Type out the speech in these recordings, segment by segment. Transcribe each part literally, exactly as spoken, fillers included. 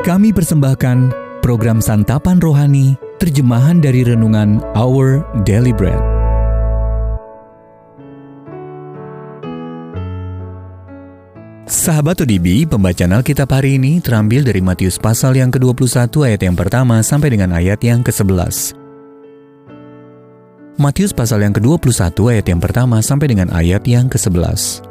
Kami persembahkan program Santapan Rohani, terjemahan dari Renungan Our Daily Bread. Sahabat O D B, pembacaan Alkitab hari ini terambil dari Matius pasal yang ke dua puluh satu ayat yang pertama sampai dengan ayat yang ke sebelas. Matius pasal yang ke dua puluh satu ayat yang pertama sampai dengan ayat yang ke sebelas.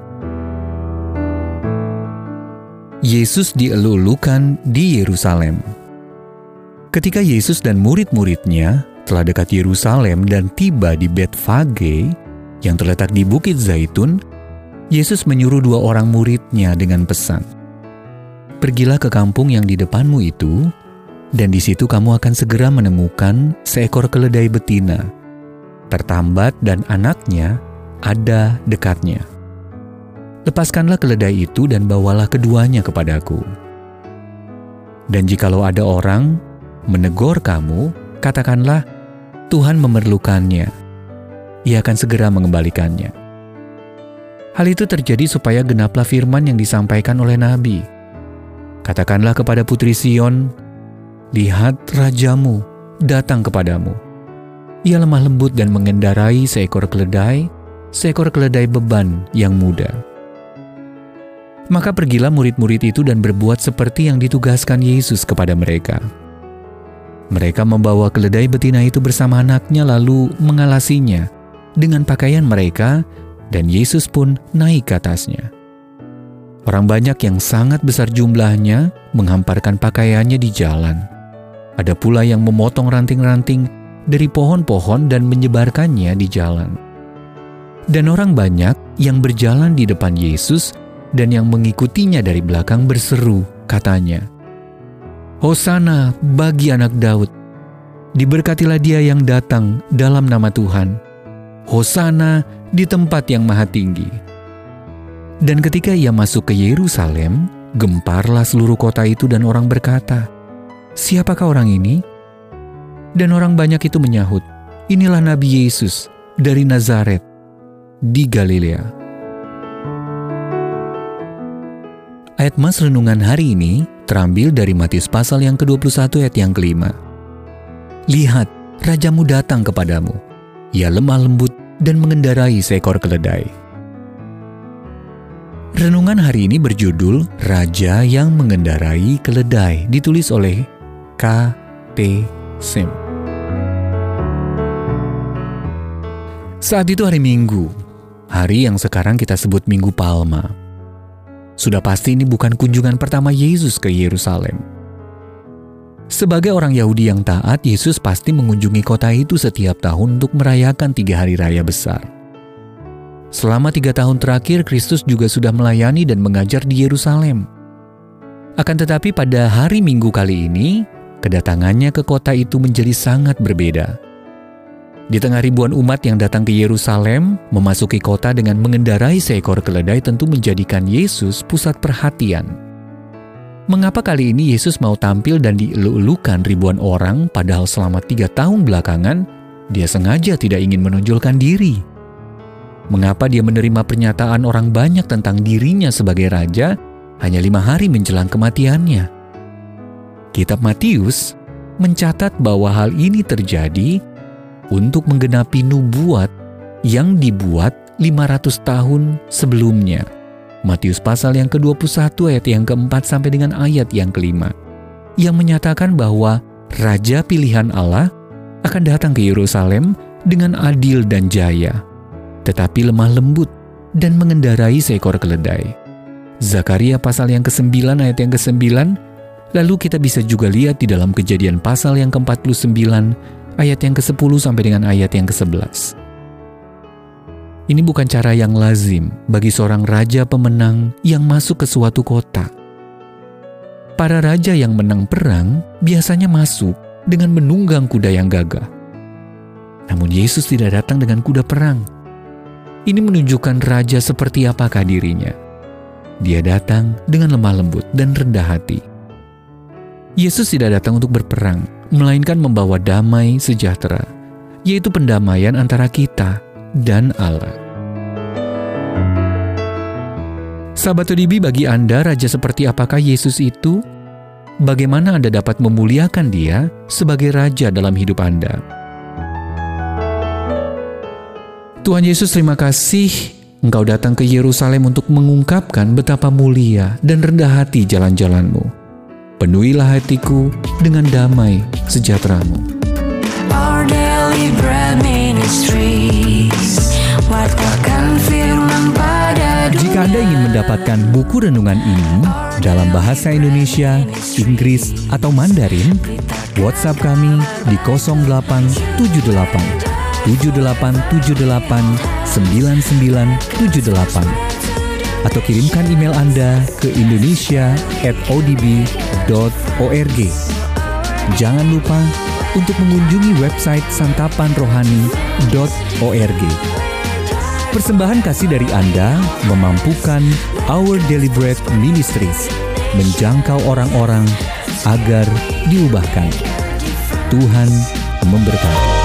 Yesus dielulukan di Yerusalem. Ketika Yesus dan murid-muridnya telah dekat Yerusalem dan tiba di Betfage yang terletak di Bukit Zaitun, Yesus menyuruh dua orang muridnya dengan pesan, "Pergilah ke kampung yang di depanmu itu, dan di situ kamu akan segera menemukan seekor keledai betina, tertambat dan anaknya ada dekatnya. Lepaskanlah keledai itu dan bawalah keduanya kepadaku. Dan jikalau ada orang menegur kamu, katakanlah, Tuhan memerlukannya. Ia akan segera mengembalikannya." Hal itu terjadi supaya genaplah firman yang disampaikan oleh Nabi. "Katakanlah kepada putri Sion, lihat rajamu datang kepadamu. Ia lemah lembut dan mengendarai seekor keledai, seekor keledai beban yang muda." Maka pergilah murid-murid itu dan berbuat seperti yang ditugaskan Yesus kepada mereka. Mereka membawa keledai betina itu bersama anaknya lalu mengalasinya dengan pakaian mereka, dan Yesus pun naik ke atasnya. Orang banyak yang sangat besar jumlahnya menghamparkan pakaiannya di jalan. Ada pula yang memotong ranting-ranting dari pohon-pohon dan menyebarkannya di jalan. Dan orang banyak yang berjalan di depan Yesus dan yang mengikutinya dari belakang berseru, katanya, "Hosana bagi anak Daud. Diberkatilah dia yang datang dalam nama Tuhan. Hosana di tempat yang maha tinggi." Dan ketika ia masuk ke Yerusalem, gemparlah seluruh kota itu dan orang berkata, "Siapakah orang ini?" Dan orang banyak itu menyahut, "Inilah Nabi Yesus dari Nazaret di Galilea." Ayat mas renungan hari ini terambil dari Matius pasal yang ke dua puluh satu ayat yang kelima. "Lihat, rajamu datang kepadamu. Ia lemah lembut dan mengendarai seekor keledai." Renungan hari ini berjudul Raja yang Mengendarai Keledai, ditulis oleh K T Sim. Saat itu hari Minggu, hari yang sekarang kita sebut Minggu Palma. Sudah pasti ini bukan kunjungan pertama Yesus ke Yerusalem. Sebagai orang Yahudi yang taat, Yesus pasti mengunjungi kota itu setiap tahun untuk merayakan tiga hari raya besar. Selama tiga tahun terakhir, Kristus juga sudah melayani dan mengajar di Yerusalem. Akan tetapi pada hari Minggu kali ini, kedatangannya ke kota itu menjadi sangat berbeda. Di tengah ribuan umat yang datang ke Yerusalem, memasuki kota dengan mengendarai seekor keledai tentu menjadikan Yesus pusat perhatian. Mengapa kali ini Yesus mau tampil dan dielu-elukan ribuan orang, padahal selama tiga tahun belakangan, dia sengaja tidak ingin menonjolkan diri? Mengapa dia menerima pernyataan orang banyak tentang dirinya sebagai raja hanya lima hari menjelang kematiannya? Kitab Matius mencatat bahwa hal ini terjadi untuk menggenapi nubuat yang dibuat lima ratus tahun sebelumnya. Matius pasal yang ke dua puluh satu ayat yang keempat sampai dengan ayat yang kelima, yang menyatakan bahwa Raja pilihan Allah akan datang ke Yerusalem dengan adil dan jaya, tetapi lemah lembut dan mengendarai seekor keledai. Zakaria pasal yang kesembilan ayat yang kesembilan, lalu kita bisa juga lihat di dalam Kejadian pasal yang ke empat puluh sembilan ayat yang kesepuluh sampai dengan ayat yang kesebelas. Ini bukan cara yang lazim bagi seorang raja pemenang yang masuk ke suatu kota. Para raja yang menang perang biasanya masuk dengan menunggang kuda yang gagah. Namun Yesus tidak datang dengan kuda perang. Ini menunjukkan raja seperti apakah dirinya. Dia datang dengan lemah lembut dan rendah hati. Yesus tidak datang untuk berperang, melainkan membawa damai sejahtera, yaitu pendamaian antara kita dan Allah. Sahabat O D B, bagi Anda, raja seperti apakah Yesus itu? bagaimana Anda dapat memuliakan Dia sebagai Raja dalam hidup Anda. Tuhan Yesus, terima kasih Engkau datang ke Yerusalem untuk mengungkapkan betapa mulia dan rendah hati jalan-jalan-Mu. Penuhilah hatiku dengan damai sejahtera-Mu. Our Daily Bread Ministries, wartakan firman pada dunia. Jika Anda ingin mendapatkan buku renungan ini dalam bahasa Indonesia, Inggris, atau Mandarin, WhatsApp kami di nol delapan tujuh delapan tujuh delapan tujuh delapan sembilan sembilan tujuh delapan atau kirimkan email Anda ke indonesia at o d b dot org. Jangan lupa untuk mengunjungi website santapan rohani dot org. Persembahan kasih dari Anda memampukan Our Daily Bread Ministries menjangkau orang-orang agar diubahkan. Tuhan memberkati.